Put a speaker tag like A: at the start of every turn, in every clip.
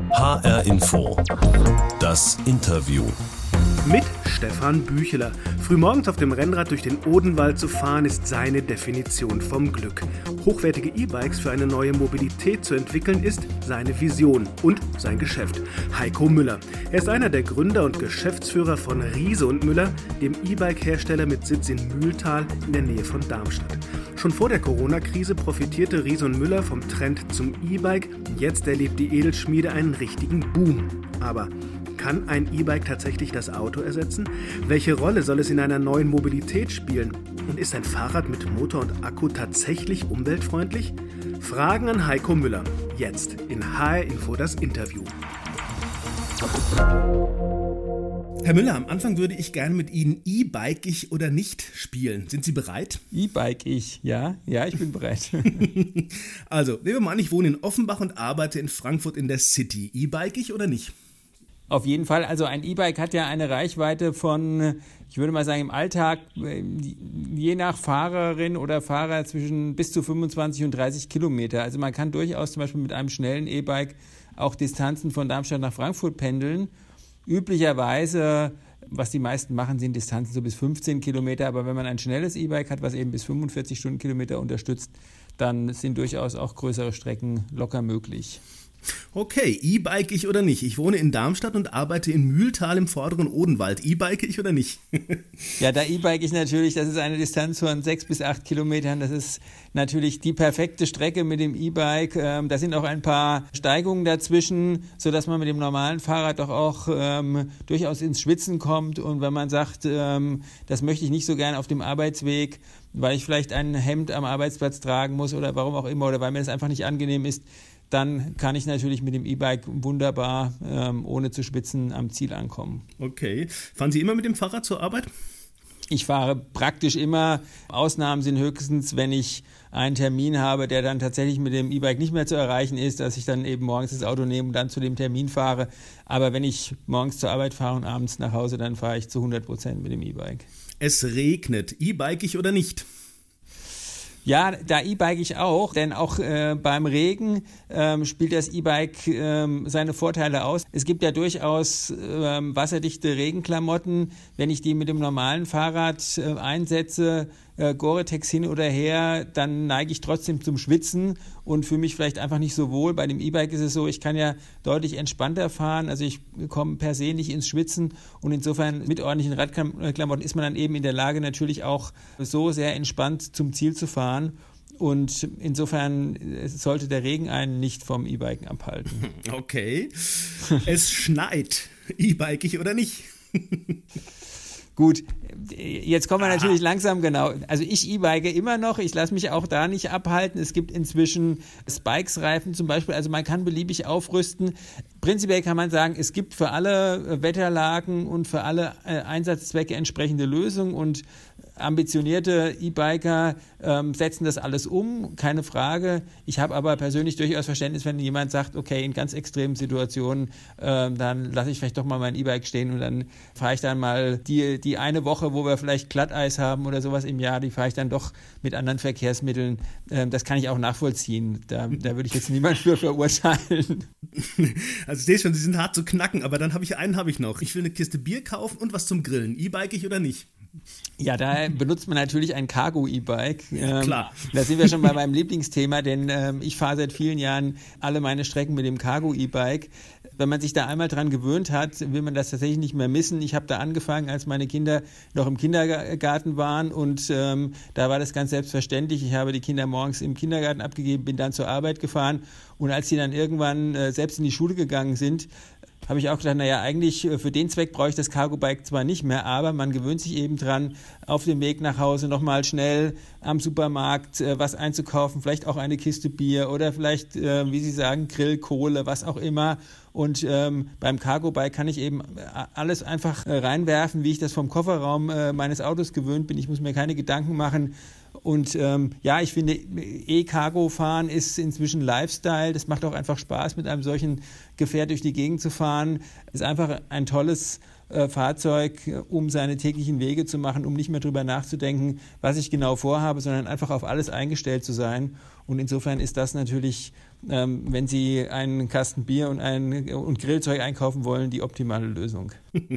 A: HR Info. Das Interview.
B: Mit Stefan Bücheler. Frühmorgens auf dem Rennrad durch den Odenwald zu fahren, ist seine Definition vom Glück. Hochwertige E-Bikes für eine neue Mobilität zu entwickeln, ist seine Vision und sein Geschäft. Heiko Müller. Er ist einer der Gründer und Geschäftsführer von Riese und Müller, dem E-Bike-Hersteller mit Sitz in Mühltal in der Nähe von Darmstadt. Schon vor der Corona-Krise profitierte Riese und Müller vom Trend zum E-Bike. Jetzt erlebt die Edelschmiede einen richtigen Boom. Aber kann ein E-Bike tatsächlich das Auto ersetzen? Welche Rolle soll es in einer neuen Mobilität spielen? Und ist ein Fahrrad mit Motor und Akku tatsächlich umweltfreundlich? Fragen an Heiko Müller. Jetzt in HR Info das Interview. Herr Müller, am Anfang würde ich gerne mit Ihnen E-Bike-ich oder nicht spielen. Sind Sie bereit?
C: E-Bike-ich, ja, ich bin bereit.
B: Also, nehmen wir mal an, ich wohne in Offenbach und arbeite in Frankfurt in der City. E-Bike-ich oder nicht?
C: Auf jeden Fall, also ein E-Bike hat ja eine Reichweite von, ich würde mal sagen, im Alltag, je nach Fahrerin oder Fahrer zwischen bis zu 25 und 30 Kilometer. Also man kann durchaus zum Beispiel mit einem schnellen E-Bike auch Distanzen von Darmstadt nach Frankfurt pendeln. Üblicherweise, was die meisten machen, sind Distanzen so bis 15 Kilometer. Aber wenn man ein schnelles E-Bike hat, was eben bis 45 Stundenkilometer unterstützt, dann sind durchaus auch größere Strecken locker möglich.
B: Okay, E-Bike-ich oder nicht? Ich wohne in Darmstadt und arbeite in Mühltal im vorderen Odenwald. E-Bike-ich oder nicht?
C: Ja, da E-Bike ich natürlich, das ist eine Distanz von 6 bis 8 Kilometern. Das ist natürlich die perfekte Strecke mit dem E-Bike. Da sind auch ein paar Steigungen dazwischen, sodass man mit dem normalen Fahrrad doch auch durchaus ins Schwitzen kommt. Und wenn man sagt, das möchte ich nicht so gern auf dem Arbeitsweg, weil ich vielleicht ein Hemd am Arbeitsplatz tragen muss oder warum auch immer oder weil mir das einfach nicht angenehm ist, dann kann ich natürlich mit dem E-Bike wunderbar ohne zu schwitzen am Ziel ankommen.
B: Okay. Fahren Sie immer mit dem Fahrrad zur Arbeit?
C: Ich fahre praktisch immer. Ausnahmen sind höchstens, wenn ich einen Termin habe, der dann tatsächlich mit dem E-Bike nicht mehr zu erreichen ist, dass ich dann eben morgens das Auto nehme und dann zu dem Termin fahre. Aber wenn ich morgens zur Arbeit fahre und abends nach Hause, dann fahre ich zu 100% mit dem E-Bike.
B: Es regnet. E-Bike-ich oder nicht?
C: Ja, da E-Bike ich auch, denn auch beim Regen spielt das E-Bike seine Vorteile aus. Es gibt ja durchaus wasserdichte Regenklamotten. Wenn ich die mit dem normalen Fahrrad einsetze, Gore-Tex hin oder her, dann neige ich trotzdem zum Schwitzen und fühle mich vielleicht einfach nicht so wohl. Bei dem E-Bike ist es so, ich kann ja deutlich entspannter fahren, also ich komme per se nicht ins Schwitzen und insofern mit ordentlichen Radklamotten ist man dann eben in der Lage, natürlich auch so sehr entspannt zum Ziel zu fahren. Und insofern sollte der Regen einen nicht vom E-Biken abhalten.
B: Okay. Es schneit. E-Bike-ich oder nicht?
C: Gut, jetzt kommen wir natürlich langsam genau. Also ich E-Bike immer noch, ich lasse mich auch da nicht abhalten. Es gibt inzwischen Spikes-Reifen zum Beispiel, also man kann beliebig aufrüsten. Prinzipiell kann man sagen, es gibt für alle Wetterlagen und für alle Einsatzzwecke entsprechende Lösungen und ambitionierte E-Biker setzen das alles um, keine Frage. Ich habe aber persönlich durchaus Verständnis, wenn jemand sagt, okay, in ganz extremen Situationen, dann lasse ich vielleicht doch mal mein E-Bike stehen und dann fahre ich dann mal die eine Woche, wo wir vielleicht Glatteis haben oder sowas im Jahr, die fahre ich dann doch mit anderen Verkehrsmitteln. Das kann ich auch nachvollziehen. Da würde ich jetzt niemand für verurteilen.
B: Also ich sehe schon, Sie sind hart zu knacken, aber dann habe ich noch. Ich will eine Kiste Bier kaufen und was zum Grillen. E-Bike-ich oder nicht?
C: Ja, da benutzt man natürlich ein Cargo-E-Bike.
B: Klar.
C: Da sind wir schon bei meinem Lieblingsthema, denn ich fahre seit vielen Jahren alle meine Strecken mit dem Cargo-E-Bike. Wenn man sich da einmal dran gewöhnt hat, will man das tatsächlich nicht mehr missen. Ich habe da angefangen, als meine Kinder noch im Kindergarten waren und da war das ganz selbstverständlich. Ich habe die Kinder morgens im Kindergarten abgegeben, bin dann zur Arbeit gefahren und als sie dann irgendwann selbst in die Schule gegangen sind, habe ich auch gedacht, naja, eigentlich für den Zweck brauche ich das Cargo-Bike zwar nicht mehr, aber man gewöhnt sich eben dran, auf dem Weg nach Hause nochmal schnell am Supermarkt was einzukaufen, vielleicht auch eine Kiste Bier oder vielleicht, wie Sie sagen, Grillkohle, was auch immer. Und beim Cargo-Bike kann ich eben alles einfach reinwerfen, wie ich das vom Kofferraum meines Autos gewöhnt bin. Ich muss mir keine Gedanken machen. Und ich finde, E-Cargo-Fahren ist inzwischen Lifestyle. Das macht auch einfach Spaß, mit einem solchen Gefährt durch die Gegend zu fahren. Ist einfach ein tolles Fahrzeug, um seine täglichen Wege zu machen, um nicht mehr drüber nachzudenken, was ich genau vorhabe, sondern einfach auf alles eingestellt zu sein. Und insofern ist das natürlich wenn Sie einen Kasten Bier und Grillzeug einkaufen wollen, die optimale Lösung.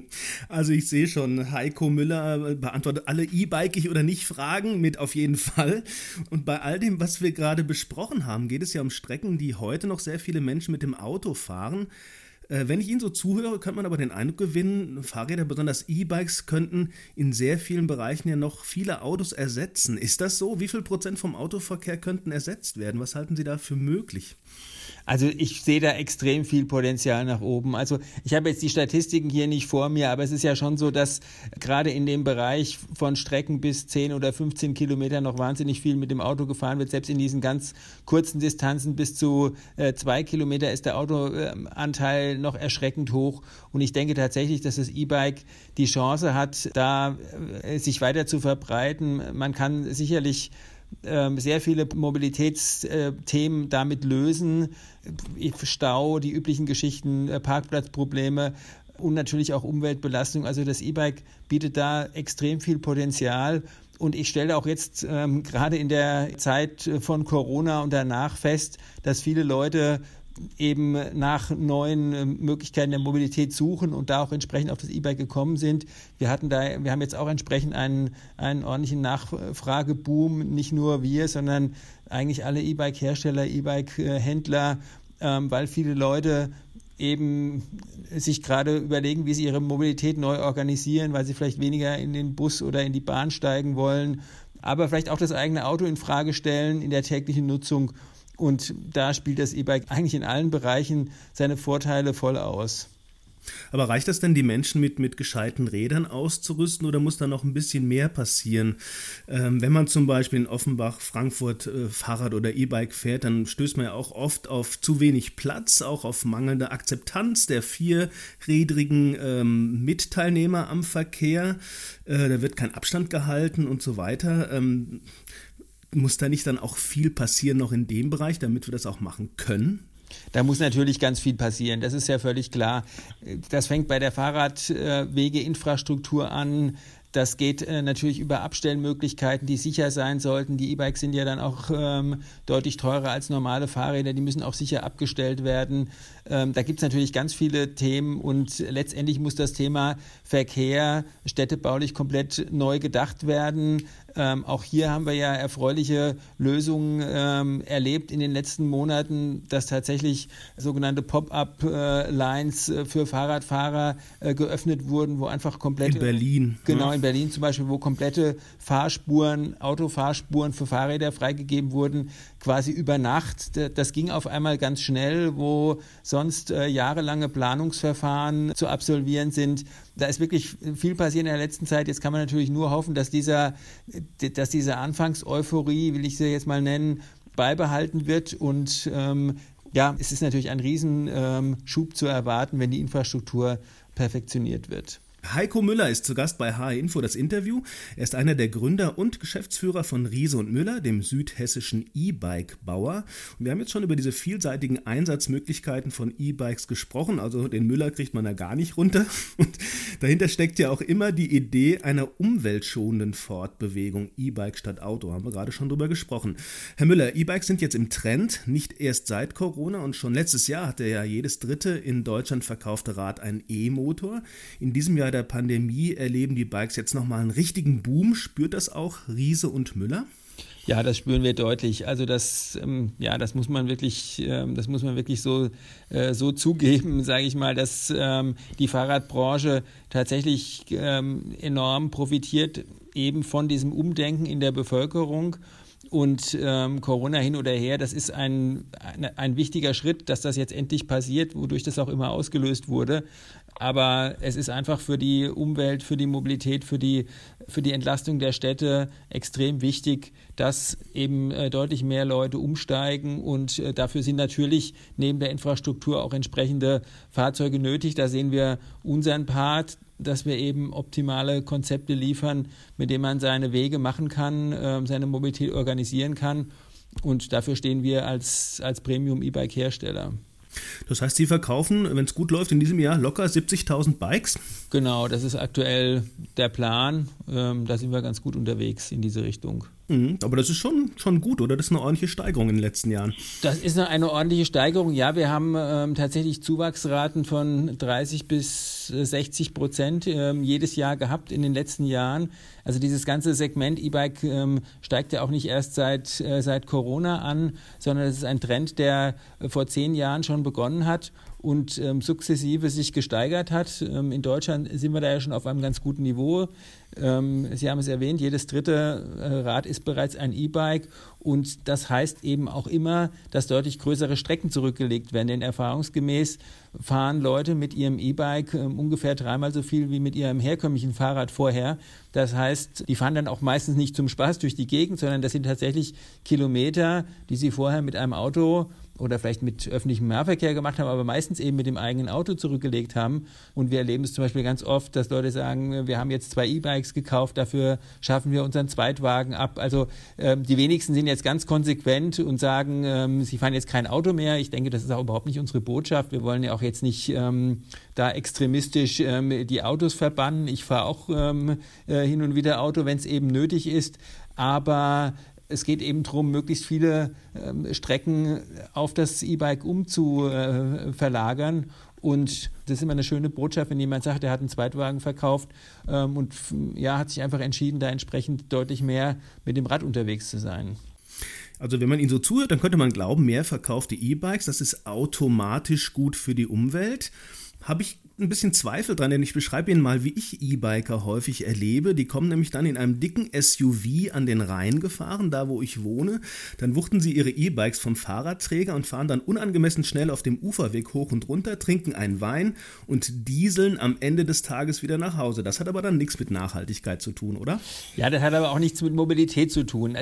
B: Also ich sehe schon, Heiko Müller beantwortet alle E-Bike-ich oder nicht Fragen mit auf jeden Fall. Und bei all dem, was wir gerade besprochen haben, geht es ja um Strecken, die heute noch sehr viele Menschen mit dem Auto fahren. Wenn ich Ihnen so zuhöre, könnte man aber den Eindruck gewinnen, Fahrräder, besonders E-Bikes, könnten in sehr vielen Bereichen ja noch viele Autos ersetzen. Ist das so? Wie viel Prozent vom Autoverkehr könnten ersetzt werden? Was halten Sie da für möglich?
C: Also ich sehe da extrem viel Potenzial nach oben. Also ich habe jetzt die Statistiken hier nicht vor mir, aber es ist ja schon so, dass gerade in dem Bereich von Strecken bis 10 oder 15 Kilometer noch wahnsinnig viel mit dem Auto gefahren wird. Selbst in diesen ganz kurzen Distanzen bis zu 2 Kilometer ist der Autoanteil noch erschreckend hoch. Und ich denke tatsächlich, dass das E-Bike die Chance hat, da sich weiter zu verbreiten. Man kann sicherlich sehr viele Mobilitätsthemen damit lösen. Stau, die üblichen Geschichten, Parkplatzprobleme und natürlich auch Umweltbelastung. Also das E-Bike bietet da extrem viel Potenzial. Und ich stelle auch jetzt gerade in der Zeit von Corona und danach fest, dass viele Leute eben nach neuen Möglichkeiten der Mobilität suchen und da auch entsprechend auf das E-Bike gekommen sind. Wir haben jetzt auch entsprechend einen ordentlichen Nachfrageboom, nicht nur wir, sondern eigentlich alle E-Bike-Hersteller, E-Bike-Händler, weil viele Leute eben sich gerade überlegen, wie sie ihre Mobilität neu organisieren, weil sie vielleicht weniger in den Bus oder in die Bahn steigen wollen, aber vielleicht auch das eigene Auto in Frage stellen in der täglichen Nutzung. Und da spielt das E-Bike eigentlich in allen Bereichen seine Vorteile voll aus.
B: Aber reicht das denn, die Menschen mit gescheiten Rädern auszurüsten oder muss da noch ein bisschen mehr passieren? Wenn man zum Beispiel in Offenbach, Frankfurt Fahrrad oder E-Bike fährt, dann stößt man ja auch oft auf zu wenig Platz, auch auf mangelnde Akzeptanz der vierrädrigen Mitteilnehmer am Verkehr. Da wird kein Abstand gehalten und so weiter. Muss da nicht dann auch viel passieren noch in dem Bereich, damit wir das auch machen können?
C: Da muss natürlich ganz viel passieren, das ist ja völlig klar. Das fängt bei der Fahrradwegeinfrastruktur an. Das geht natürlich über Abstellmöglichkeiten, die sicher sein sollten. Die E-Bikes sind ja dann auch deutlich teurer als normale Fahrräder. Die müssen auch sicher abgestellt werden. Da gibt es natürlich ganz viele Themen und letztendlich muss das Thema Verkehr städtebaulich komplett neu gedacht werden. Auch hier haben wir ja erfreuliche Lösungen erlebt in den letzten Monaten, dass tatsächlich sogenannte Pop-up-Lines für Fahrradfahrer geöffnet wurden, wo einfach komplett...
B: In Berlin.
C: Genau, in Berlin zum Beispiel, wo komplette Fahrspuren, Autofahrspuren für Fahrräder freigegeben wurden, quasi über Nacht. Das ging auf einmal ganz schnell, wo sonst jahrelange Planungsverfahren zu absolvieren sind. Da ist wirklich viel passiert in der letzten Zeit. Jetzt kann man natürlich nur hoffen, dass diese Anfangseuphorie, will ich sie jetzt mal nennen, beibehalten wird. Und es ist natürlich ein Riesenschub zu erwarten, wenn die Infrastruktur perfektioniert wird.
B: Heiko Müller ist zu Gast bei HR Info das Interview. Er ist einer der Gründer und Geschäftsführer von Riese und Müller, dem südhessischen E-Bike-Bauer. Und wir haben jetzt schon über diese vielseitigen Einsatzmöglichkeiten von E-Bikes gesprochen. Also den Müller kriegt man da gar nicht runter. Und dahinter steckt ja auch immer die Idee einer umweltschonenden Fortbewegung. E-Bike statt Auto, haben wir gerade schon drüber gesprochen. Herr Müller, E-Bikes sind jetzt im Trend, nicht erst seit Corona. Und schon letztes Jahr hatte ja jedes dritte in Deutschland verkaufte Rad einen E-Motor. In diesem Jahr der Pandemie erleben die Bikes jetzt nochmal einen richtigen Boom. Spürt das auch Riese und Müller?
C: Ja, das spüren wir deutlich. Also das muss man wirklich so zugeben, sage ich mal, dass die Fahrradbranche tatsächlich enorm profitiert eben von diesem Umdenken in der Bevölkerung. Und Corona hin oder her, das ist ein wichtiger Schritt, dass das jetzt endlich passiert, wodurch das auch immer ausgelöst wurde. Aber es ist einfach für die Umwelt, für die Mobilität, für die Entlastung der Städte extrem wichtig, dass eben deutlich mehr Leute umsteigen. Und dafür sind natürlich neben der Infrastruktur auch entsprechende Fahrzeuge nötig. Da sehen wir unseren Part, dass wir eben optimale Konzepte liefern, mit denen man seine Wege machen kann, seine Mobilität organisieren kann. Und dafür stehen wir als Premium-E-Bike-Hersteller.
B: Das heißt, Sie verkaufen, wenn es gut läuft, in diesem Jahr locker 70.000 Bikes?
C: Genau, das ist aktuell der Plan. Da sind wir ganz gut unterwegs in diese Richtung.
B: Aber das ist schon gut, oder? Das ist eine ordentliche Steigerung in den letzten Jahren.
C: Das ist eine ordentliche Steigerung. Ja, wir haben tatsächlich Zuwachsraten von 30-60% jedes Jahr gehabt in den letzten Jahren. Also dieses ganze Segment E-Bike steigt ja auch nicht erst seit Corona an, sondern es ist ein Trend, der vor 10 Jahren schon begonnen hat und sukzessive sich gesteigert hat. In Deutschland sind wir da ja schon auf einem ganz guten Niveau. Sie haben es erwähnt, jedes dritte Rad ist bereits ein E-Bike und das heißt eben auch immer, dass deutlich größere Strecken zurückgelegt werden, denn erfahrungsgemäß fahren Leute mit ihrem E-Bike ungefähr 3-mal so viel wie mit ihrem herkömmlichen Fahrrad vorher. Das heißt, die fahren dann auch meistens nicht zum Spaß durch die Gegend, sondern das sind tatsächlich Kilometer, die sie vorher mit einem Auto oder vielleicht mit öffentlichem Nahverkehr gemacht haben, aber meistens eben mit dem eigenen Auto zurückgelegt haben. Und wir erleben es zum Beispiel ganz oft, dass Leute sagen, wir haben jetzt 2 E-Bikes gekauft, dafür schaffen wir unseren Zweitwagen ab. Also die wenigsten sind jetzt ganz konsequent und sagen, sie fahren jetzt kein Auto mehr. Ich denke, das ist auch überhaupt nicht unsere Botschaft. Wir wollen ja auch jetzt nicht da extremistisch die Autos verbannen. Ich fahre auch hin und wieder Auto, wenn es eben nötig ist. Aber es geht eben darum, möglichst viele Strecken auf das E-Bike umzuverlagern. Und das ist immer eine schöne Botschaft, wenn jemand sagt, er hat einen Zweitwagen verkauft und hat sich einfach entschieden, da entsprechend deutlich mehr mit dem Rad unterwegs zu sein.
B: Also wenn man Ihnen so zuhört, dann könnte man glauben, mehr verkaufte E-Bikes, das ist automatisch gut für die Umwelt. Habe ich ein bisschen Zweifel dran, denn ich beschreibe Ihnen mal, wie ich E-Biker häufig erlebe. Die kommen nämlich dann in einem dicken SUV an den Rhein gefahren, da wo ich wohne. Dann wuchten sie ihre E-Bikes vom Fahrradträger und fahren dann unangemessen schnell auf dem Uferweg hoch und runter, trinken einen Wein und dieseln am Ende des Tages wieder nach Hause. Das hat aber dann nichts mit Nachhaltigkeit zu tun, oder?
C: Ja, das hat aber auch nichts mit Mobilität zu tun.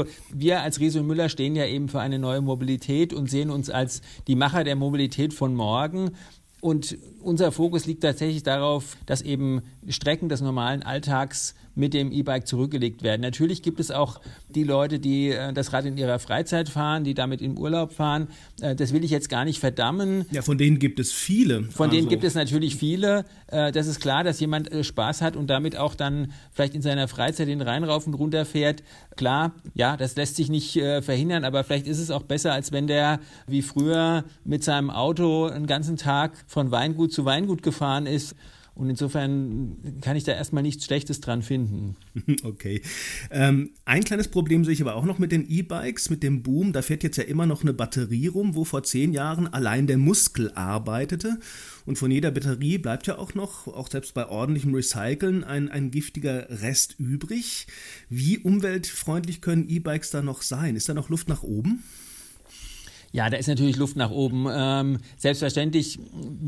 C: Wir als Riese und Müller stehen ja eben für eine neue Mobilität und sehen uns als die Macher der Mobilität von morgen. Und unser Fokus liegt tatsächlich darauf, dass eben Strecken des normalen Alltags mit dem E-Bike zurückgelegt werden. Natürlich gibt es auch die Leute, die das Rad in ihrer Freizeit fahren, die damit in Urlaub fahren. Das will ich jetzt gar nicht verdammen.
B: Ja, von denen gibt es viele.
C: Von denen gibt es natürlich viele. Das ist klar, dass jemand Spaß hat und damit auch dann vielleicht in seiner Freizeit den Rhein rauf und runter fährt. Klar, ja, das lässt sich nicht verhindern, aber vielleicht ist es auch besser, als wenn der wie früher mit seinem Auto einen ganzen Tag von Weingut zu Weingut gefahren ist. Und insofern kann ich da erstmal nichts Schlechtes dran finden.
B: Okay. Ein kleines Problem sehe ich aber auch noch mit den E-Bikes, mit dem Boom. Da fährt jetzt ja immer noch eine Batterie rum, wo vor 10 Jahren allein der Muskel arbeitete. Und von jeder Batterie bleibt ja auch noch, auch selbst bei ordentlichem Recyceln, ein giftiger Rest übrig. Wie umweltfreundlich können E-Bikes da noch sein? Ist da noch Luft nach oben?
C: Ja, da ist natürlich Luft nach oben. Selbstverständlich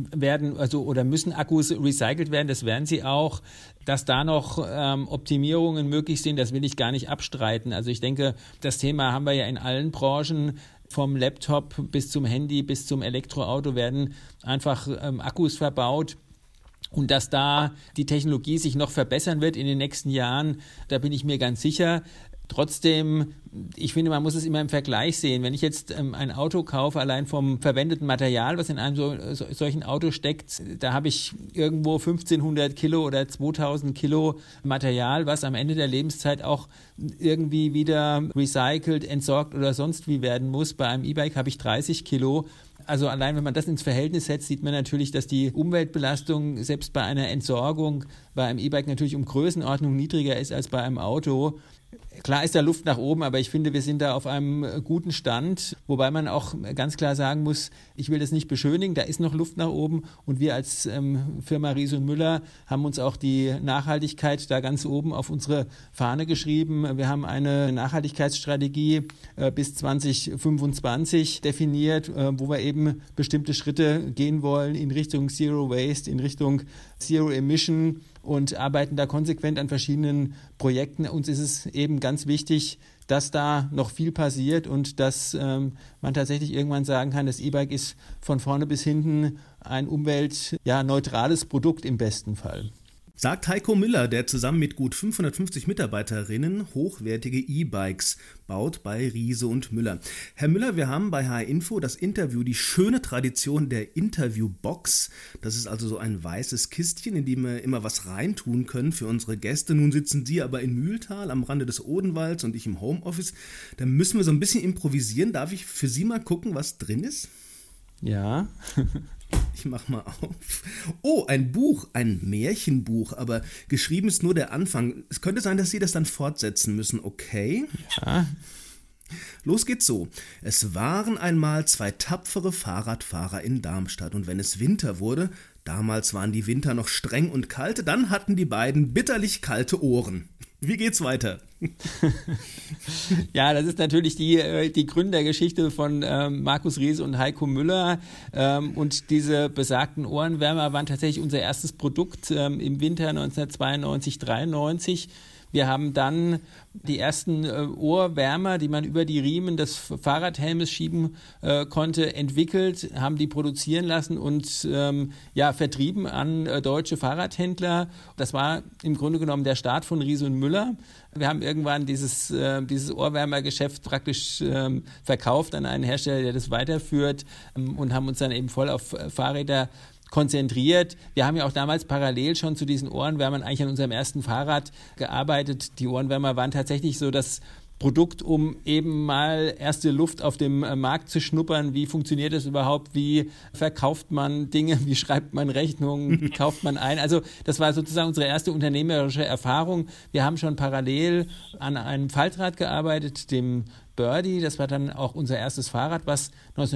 C: müssen Akkus recycelt werden, das werden sie auch. Dass da noch Optimierungen möglich sind, das will ich gar nicht abstreiten. Also ich denke, das Thema haben wir ja in allen Branchen. Vom Laptop bis zum Handy bis zum Elektroauto werden einfach Akkus verbaut. Und dass da die Technologie sich noch verbessern wird in den nächsten Jahren, da bin ich mir ganz sicher. Trotzdem, ich finde, man muss es immer im Vergleich sehen. Wenn ich jetzt ein Auto kaufe, allein vom verwendeten Material, was in einem solchen Auto steckt, da habe ich irgendwo 1500 Kilo oder 2000 Kilo Material, was am Ende der Lebenszeit auch irgendwie wieder recycelt, entsorgt oder sonst wie werden muss. Bei einem E-Bike habe ich 30 Kilo. Also allein, wenn man das ins Verhältnis setzt, sieht man natürlich, dass die Umweltbelastung selbst bei einer Entsorgung bei einem E-Bike natürlich um Größenordnung niedriger ist als bei einem Auto. Klar ist da Luft nach oben, aber ich finde, wir sind da auf einem guten Stand, wobei man auch ganz klar sagen muss, ich will das nicht beschönigen, da ist noch Luft nach oben und wir als Firma Riese und Müller haben uns auch die Nachhaltigkeit da ganz oben auf unsere Fahne geschrieben. Wir haben eine Nachhaltigkeitsstrategie bis 2025 definiert, wo wir eben bestimmte Schritte gehen wollen in Richtung Zero Waste, in Richtung Zero Emission und arbeiten da konsequent an verschiedenen Projekten. Uns ist es eben ganz wichtig, dass da noch viel passiert und dass man tatsächlich irgendwann sagen kann, das E-Bike ist von vorne bis hinten ein umweltneutrales Produkt im besten Fall.
B: Sagt Heiko Müller, der zusammen mit gut 550 Mitarbeiterinnen hochwertige E-Bikes baut bei Riese und Müller. Herr Müller, wir haben bei HR Info das Interview Die schöne Tradition der Interviewbox. Das ist also so ein weißes Kistchen, in dem wir immer was reintun können für unsere Gäste. Nun sitzen Sie aber in Mühltal am Rande des Odenwalds und ich im Homeoffice. Da müssen wir so ein bisschen improvisieren. Darf ich für Sie mal gucken, was drin ist?
C: Ja.
B: Ich mach mal auf. Oh, ein Buch, ein Märchenbuch, aber geschrieben ist nur der Anfang. Es könnte sein, dass Sie das dann fortsetzen müssen, okay?
C: Ja.
B: Los geht's so. Es waren einmal 2 tapfere Fahrradfahrer in Darmstadt und wenn es Winter wurde, damals waren die Winter noch streng und kalt, dann hatten die beiden bitterlich kalte Ohren. Wie geht's weiter?
C: Ja, das ist natürlich die Gründergeschichte von Markus Riese und Heiko Müller. Und diese besagten Ohrenwärmer waren tatsächlich unser erstes Produkt im Winter 1992, 93. Wir haben dann die ersten Ohrwärmer, die man über die Riemen des Fahrradhelmes schieben konnte, entwickelt, haben die produzieren lassen und vertrieben an deutsche Fahrradhändler. Das war im Grunde genommen der Start von Riese und Müller. Wir haben irgendwann dieses Ohrwärmergeschäft praktisch verkauft an einen Hersteller, der das weiterführt, und haben uns dann eben voll auf Fahrräder konzentriert. Wir haben ja auch damals parallel schon zu diesen Ohrenwärmern eigentlich an unserem ersten Fahrrad gearbeitet. Die Ohrenwärmer waren tatsächlich so das Produkt, um eben mal erste Luft auf dem Markt zu schnuppern. Wie funktioniert das überhaupt? Wie verkauft man Dinge? Wie schreibt man Rechnungen? Wie kauft man ein? Also das war sozusagen unsere erste unternehmerische Erfahrung. Wir haben schon parallel an einem Faltrad gearbeitet, dem Birdie. Das war dann auch unser erstes Fahrrad, was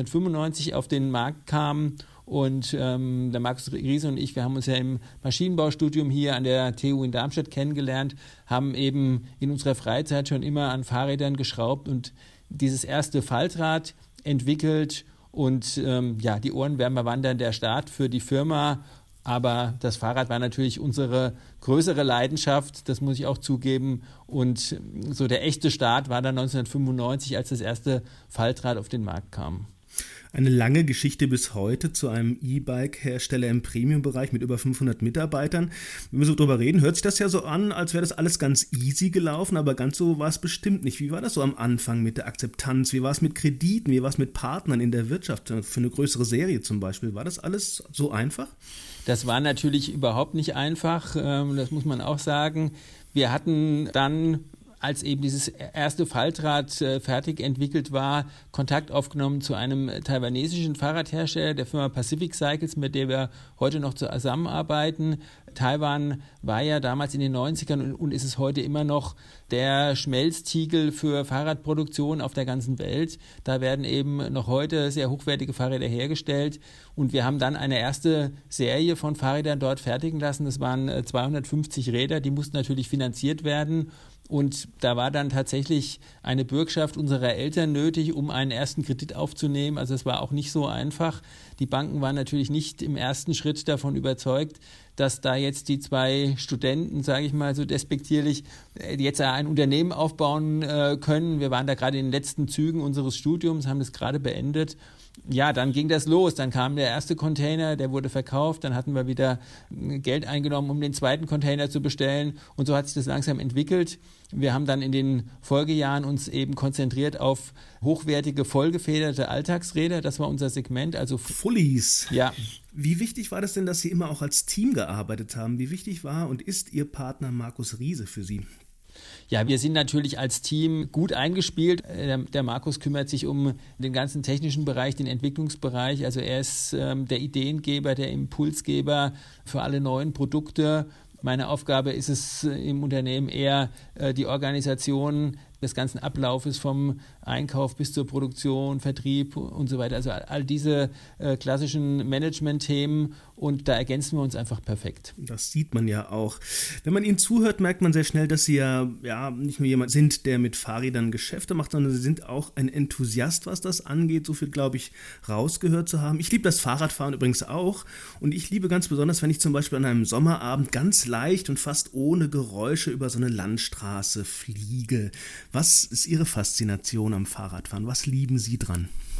C: 1995 auf den Markt kam. Und der Markus Riese und ich, wir haben uns ja im Maschinenbaustudium hier an der TU in Darmstadt kennengelernt, haben eben in unserer Freizeit schon immer an Fahrrädern geschraubt und dieses erste Faltrad entwickelt. Und die Ohrenwärmer waren dann der Start für die Firma. Aber das Fahrrad war natürlich unsere größere Leidenschaft, das muss ich auch zugeben. Und so der echte Start war dann 1995, als das erste Faltrad auf den Markt kam.
B: Eine lange Geschichte bis heute zu einem E-Bike-Hersteller im Premium-Bereich mit über 500 Mitarbeitern. Wenn wir so drüber reden, hört sich das ja so an, als wäre das alles ganz easy gelaufen, aber ganz so war es bestimmt nicht. Wie war das so am Anfang mit der Akzeptanz? Wie war es mit Krediten? Wie war es mit Partnern in der Wirtschaft? Für eine größere Serie zum Beispiel. War das alles so einfach?
C: Das war natürlich überhaupt nicht einfach, das muss man auch sagen. Wir hatten dann, als eben dieses erste Faltrad fertig entwickelt war, Kontakt aufgenommen zu einem taiwanesischen Fahrradhersteller, der Firma Pacific Cycles, mit der wir heute noch zusammenarbeiten. Taiwan war ja damals in den 90ern und ist es heute immer noch der Schmelztiegel für Fahrradproduktion auf der ganzen Welt. Da werden eben noch heute sehr hochwertige Fahrräder hergestellt und wir haben dann eine erste Serie von Fahrrädern dort fertigen lassen. Das waren 250 Räder, die mussten natürlich finanziert werden. Und da war dann tatsächlich eine Bürgschaft unserer Eltern nötig, um einen ersten Kredit aufzunehmen. Also es war auch nicht so einfach. Die Banken waren natürlich nicht im ersten Schritt davon überzeugt, dass da jetzt die 2 Studenten, sage ich mal so despektierlich, jetzt ein Unternehmen aufbauen können. Wir waren da gerade in den letzten Zügen unseres Studiums, haben das gerade beendet. Ja, dann ging das los. Dann kam der erste Container, der wurde verkauft. Dann hatten wir wieder Geld eingenommen, um den zweiten Container zu bestellen. Und so hat sich das langsam entwickelt. Wir haben dann in den Folgejahren uns eben konzentriert auf hochwertige, vollgefederte Alltagsräder. Das war unser Segment. Also
B: Fullies.
C: Ja.
B: Wie wichtig war das denn, dass Sie immer auch als Team gearbeitet haben? Wie wichtig war und ist Ihr Partner Markus Riese für Sie?
C: Ja, wir sind natürlich als Team gut eingespielt. Der Markus kümmert sich um den ganzen technischen Bereich, den Entwicklungsbereich. Also er ist der Ideengeber, der Impulsgeber für alle neuen Produkte. Meine Aufgabe ist es im Unternehmen eher die Organisation des ganzen Ablaufes vom Einkauf bis zur Produktion, Vertrieb und so weiter. Also all diese klassischen Management-Themen und da ergänzen wir uns einfach perfekt.
B: Das sieht man ja auch. Wenn man Ihnen zuhört, merkt man sehr schnell, dass Sie ja nicht nur jemand sind, der mit Fahrrädern Geschäfte macht, sondern Sie sind auch ein Enthusiast, was das angeht. So viel, glaube ich, rausgehört zu haben. Ich liebe das Fahrradfahren übrigens auch und ich liebe ganz besonders, wenn ich zum Beispiel an einem Sommerabend ganz leicht und fast ohne Geräusche über so eine Landstraße fliege. Was ist Ihre Faszination am Fahrradfahren? Was lieben Sie dran?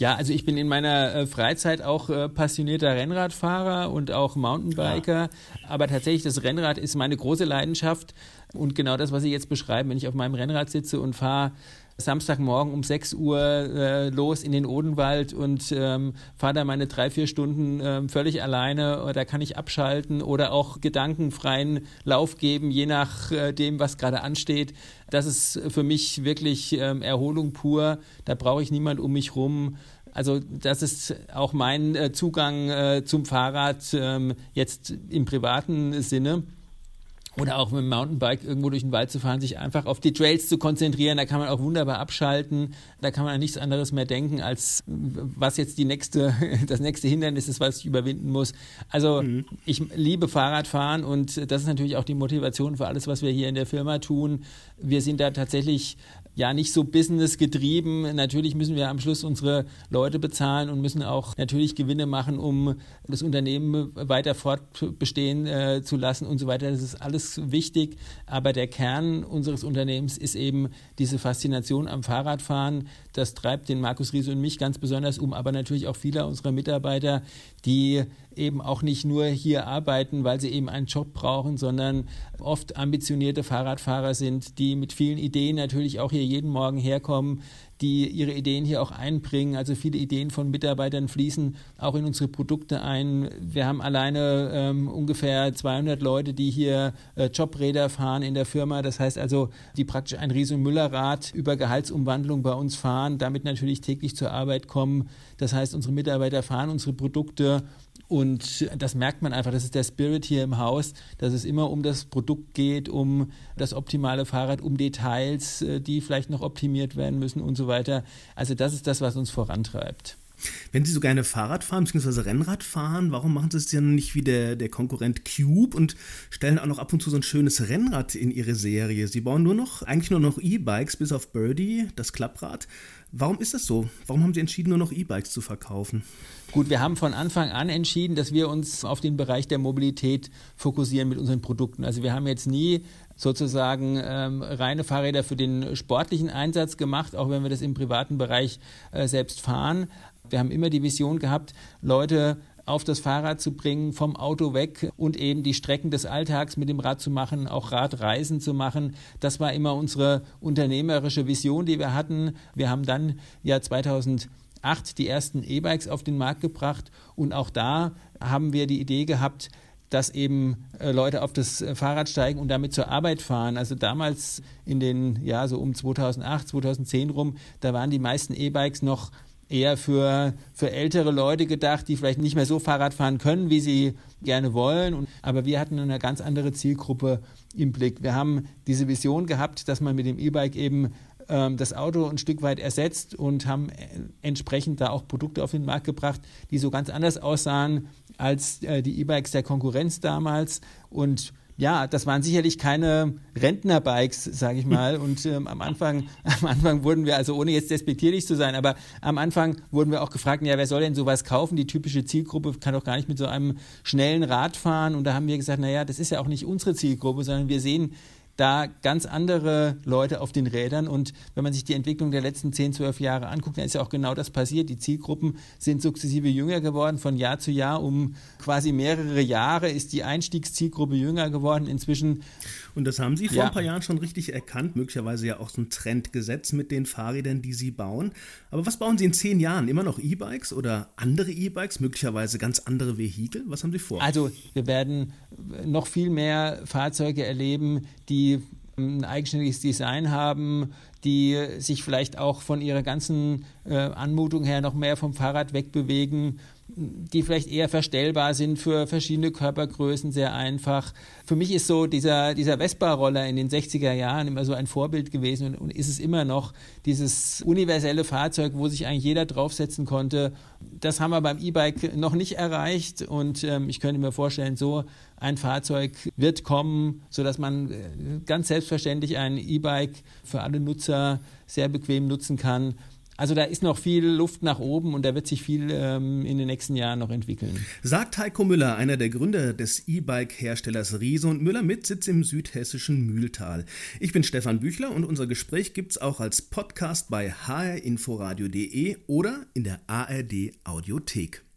C: Ja, also ich bin in meiner Freizeit auch passionierter Rennradfahrer und auch Mountainbiker, aber tatsächlich das Rennrad ist meine große Leidenschaft und genau das, was Sie jetzt beschreiben, wenn ich auf meinem Rennrad sitze und fahre Samstagmorgen um 6 Uhr los in den Odenwald und fahre da meine 3-4 Stunden völlig alleine. Da kann ich abschalten oder auch gedankenfreien Lauf geben, je nachdem, was gerade ansteht. Das ist für mich wirklich Erholung pur. Da brauche ich niemand um mich rum. Also das ist auch mein Zugang zum Fahrrad jetzt im privaten Sinne. Oder auch mit dem Mountainbike irgendwo durch den Wald zu fahren, sich einfach auf die Trails zu konzentrieren. Da kann man auch wunderbar abschalten. Da kann man an nichts anderes mehr denken, als was jetzt das nächste Hindernis ist, was ich überwinden muss. Also ich liebe Fahrradfahren und das ist natürlich auch die Motivation für alles, was wir hier in der Firma tun. Wir sind da tatsächlich ja nicht so businessgetrieben. Natürlich müssen wir am Schluss unsere Leute bezahlen und müssen auch natürlich Gewinne machen, um das Unternehmen weiter fortbestehen zu lassen und so weiter. Das ist alles wichtig, aber der Kern unseres Unternehmens ist eben diese Faszination am Fahrradfahren. Das treibt den Markus Riese und mich ganz besonders um, aber natürlich auch viele unserer Mitarbeiter, die eben auch nicht nur hier arbeiten, weil sie eben einen Job brauchen, sondern oft ambitionierte Fahrradfahrer sind, die mit vielen Ideen natürlich auch hier jeden Morgen herkommen, die ihre Ideen hier auch einbringen. Also viele Ideen von Mitarbeitern fließen auch in unsere Produkte ein. Wir haben alleine ungefähr 200 Leute, die hier Jobräder fahren in der Firma. Das heißt also, die praktisch ein Riese-Müller-Rad über Gehaltsumwandlung bei uns fahren, damit natürlich täglich zur Arbeit kommen. Das heißt, unsere Mitarbeiter fahren unsere Produkte. Und das merkt man einfach, das ist der Spirit hier im Haus, dass es immer um das Produkt geht, um das optimale Fahrrad, um Details, die vielleicht noch optimiert werden müssen und so weiter. Also das ist das, was uns vorantreibt.
B: Wenn Sie so gerne Fahrrad fahren bzw. Rennrad fahren, warum machen Sie es denn nicht wie der Konkurrent Cube und stellen auch noch ab und zu so ein schönes Rennrad in Ihre Serie? Sie bauen eigentlich nur noch E-Bikes, bis auf Birdie, das Klapprad. Warum ist das so? Warum haben Sie entschieden, nur noch E-Bikes zu verkaufen?
C: Gut, wir haben von Anfang an entschieden, dass wir uns auf den Bereich der Mobilität fokussieren mit unseren Produkten. Also wir haben jetzt nie sozusagen reine Fahrräder für den sportlichen Einsatz gemacht, auch wenn wir das im privaten Bereich selbst fahren. Wir haben immer die Vision gehabt, Leute auf das Fahrrad zu bringen, vom Auto weg und eben die Strecken des Alltags mit dem Rad zu machen, auch Radreisen zu machen. Das war immer unsere unternehmerische Vision, die wir hatten. Wir haben dann ja 2008 die ersten E-Bikes auf den Markt gebracht und auch da haben wir die Idee gehabt, dass eben Leute auf das Fahrrad steigen und damit zur Arbeit fahren. Also damals in den, so um 2008, 2010 rum, da waren die meisten E-Bikes noch eher für ältere Leute gedacht, die vielleicht nicht mehr so Fahrrad fahren können, wie sie gerne wollen. Aber wir hatten eine ganz andere Zielgruppe im Blick. Wir haben diese Vision gehabt, dass man mit dem E-Bike eben das Auto ein Stück weit ersetzt und haben entsprechend da auch Produkte auf den Markt gebracht, die so ganz anders aussahen als die E-Bikes der Konkurrenz damals. Und ja, das waren sicherlich keine Rentnerbikes, sage ich mal. Und am Anfang wurden wir, also ohne jetzt despektierlich zu sein, aber am Anfang wurden wir auch gefragt, ja, wer soll denn sowas kaufen? Die typische Zielgruppe kann doch gar nicht mit so einem schnellen Rad fahren. Und da haben wir gesagt, naja, das ist ja auch nicht unsere Zielgruppe, sondern wir sehen da ganz andere Leute auf den Rädern und wenn man sich die Entwicklung der letzten 10, 12 Jahre anguckt, dann ist ja auch genau das passiert. Die Zielgruppen sind sukzessive jünger geworden, von Jahr zu Jahr, um quasi mehrere Jahre ist die Einstiegszielgruppe jünger geworden. Inzwischen.
B: Und das haben Sie vor ein paar Jahren schon richtig erkannt, möglicherweise ja auch so ein Trend gesetzt mit den Fahrrädern, die Sie bauen. Aber was bauen Sie in 10 Jahren? Immer noch E-Bikes oder andere E-Bikes, möglicherweise ganz andere Vehikel? Was haben Sie vor?
C: Also wir werden noch viel mehr Fahrzeuge erleben, die ein eigenständiges Design haben, die sich vielleicht auch von ihrer ganzen Anmutung her noch mehr vom Fahrrad wegbewegen, die vielleicht eher verstellbar sind für verschiedene Körpergrößen, sehr einfach. Für mich ist so dieser Vespa-Roller in den 60er Jahren immer so ein Vorbild gewesen und ist es immer noch, dieses universelle Fahrzeug, wo sich eigentlich jeder draufsetzen konnte. Das haben wir beim E-Bike noch nicht erreicht und ich könnte mir vorstellen, so ein Fahrzeug wird kommen, sodass man ganz selbstverständlich ein E-Bike für alle Nutzer sehr bequem nutzen kann. Also da ist noch viel Luft nach oben und da wird sich viel in den nächsten Jahren noch entwickeln.
B: Sagt Heiko Müller, einer der Gründer des E-Bike-Herstellers Riese, und Müller mit Sitz im südhessischen Mühltal. Ich bin Stefan Büchler und unser Gespräch gibt's auch als Podcast bei hrinforadio.de oder in der ARD Audiothek.